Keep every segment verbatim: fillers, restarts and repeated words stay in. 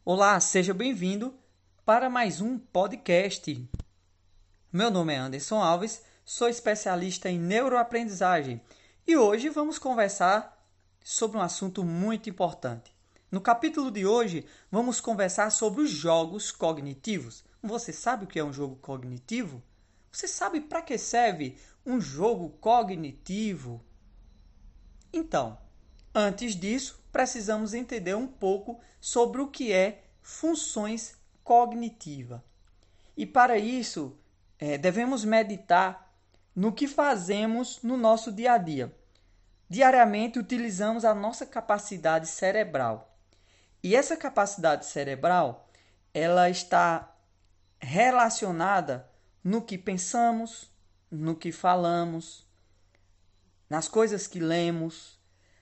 Olá, seja bem-vindo para mais um podcast. Meu nome é Anderson Alves, sou especialista em neuroaprendizagem e hoje vamos conversar sobre um assunto muito importante. No capítulo de hoje, vamos conversar sobre os jogos cognitivos. Você sabe o que é um jogo cognitivo? Você sabe para que serve um jogo cognitivo? Então, antes disso, precisamos entender um pouco sobre o que é funções cognitivas. E para isso, é, devemos meditar no que fazemos no nosso dia a dia. Diariamente utilizamos a nossa capacidade cerebral. E essa capacidade cerebral, ela está relacionada no que pensamos, no que falamos, nas coisas que lemos,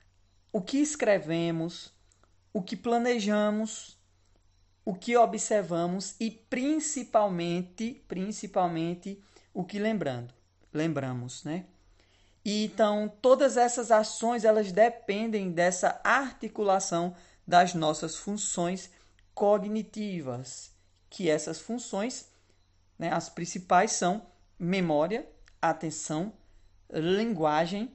o que escrevemos, o que planejamos, o que observamos e principalmente, principalmente o que lembrando, lembramos, né? E então todas essas ações elas dependem dessa articulação das nossas funções cognitivas, que essas funções, né, as principais são memória, atenção, linguagem,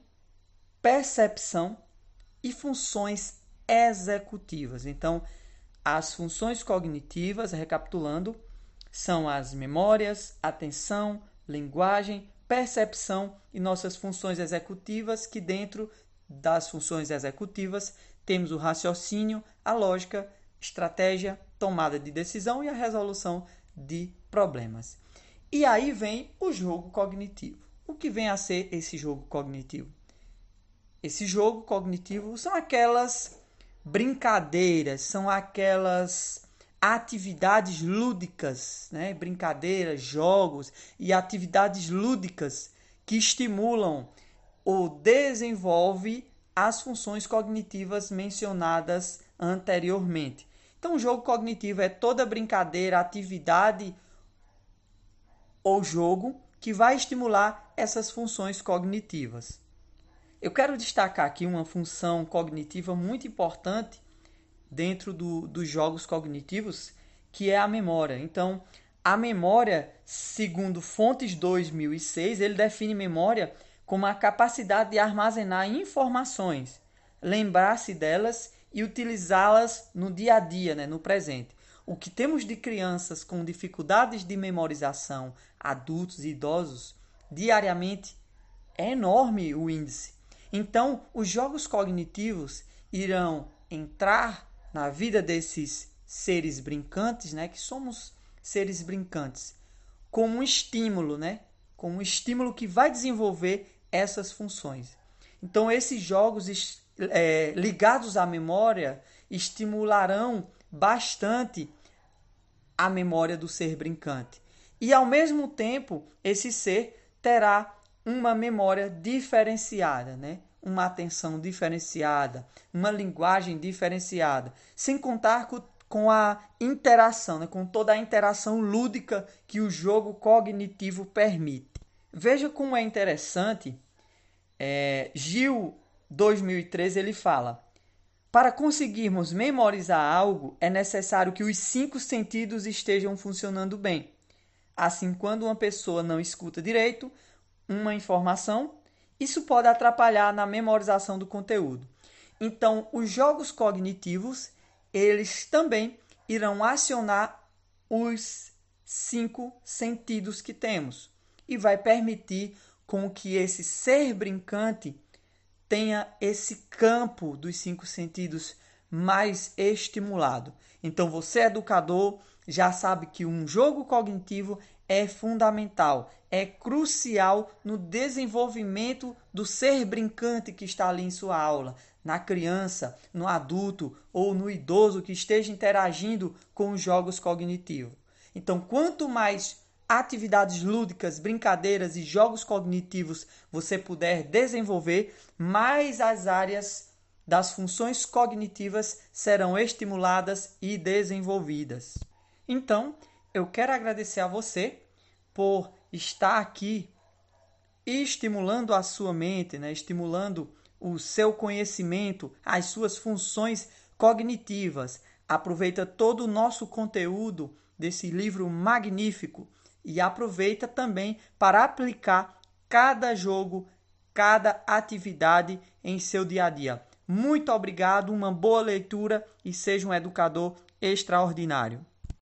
percepção e funções executivas. Então, as funções cognitivas, recapitulando, são as memórias, atenção, linguagem, percepção e nossas funções executivas, que dentro das funções executivas temos o raciocínio, a lógica, estratégia, tomada de decisão e a resolução de problemas. E aí vem o jogo cognitivo. O que vem a ser esse jogo cognitivo? Esse jogo cognitivo são aquelas brincadeiras, são aquelas atividades lúdicas, né? Brincadeiras, jogos e atividades lúdicas que estimulam ou desenvolvem as funções cognitivas mencionadas anteriormente. Então, o jogo cognitivo é toda brincadeira, atividade ou jogo que vai estimular essas funções cognitivas. Eu quero destacar aqui uma função cognitiva muito importante dentro do, dos jogos cognitivos, que é a memória. Então, a memória, segundo Fontes dois mil e seis, ele define memória como a capacidade de armazenar informações, lembrar-se delas e utilizá-las no dia a dia, né, no presente. O que temos de crianças com dificuldades de memorização, adultos e idosos, diariamente, é enorme o índice. Então, os jogos cognitivos irão entrar na vida desses seres brincantes, né, que somos seres brincantes, como um estímulo, né, como um estímulo que vai desenvolver essas funções. Então, esses jogos é, ligados à memória estimularão bastante a memória do ser brincante. E, ao mesmo tempo, esse ser terá uma memória diferenciada, né? Uma atenção diferenciada, uma linguagem diferenciada, sem contar com, com a interação, né? Com toda a interação lúdica que o jogo cognitivo permite. Veja como é interessante, é, Gil dois mil e treze ele fala: para conseguirmos memorizar algo, é necessário que os cinco sentidos estejam funcionando bem. Assim, quando uma pessoa não escuta direito uma informação, isso pode atrapalhar na memorização do conteúdo. Então, os jogos cognitivos, eles também irão acionar os cinco sentidos que temos e vai permitir com que esse ser brincante tenha esse campo dos cinco sentidos mais estimulado. Então, você, educador, já sabe que um jogo cognitivo é fundamental, é crucial no desenvolvimento do ser brincante que está ali em sua aula, na criança, no adulto ou no idoso que esteja interagindo com os jogos cognitivos. Então, quanto mais atividades lúdicas, brincadeiras e jogos cognitivos você puder desenvolver, mais as áreas das funções cognitivas serão estimuladas e desenvolvidas. Então, eu quero agradecer a você por estar aqui estimulando a sua mente, né? Estimulando o seu conhecimento, as suas funções cognitivas, Aproveita todo o nosso conteúdo desse livro magnífico e aproveita também para aplicar cada jogo, cada atividade em seu dia a dia. Muito obrigado, uma boa leitura e seja um educador extraordinário.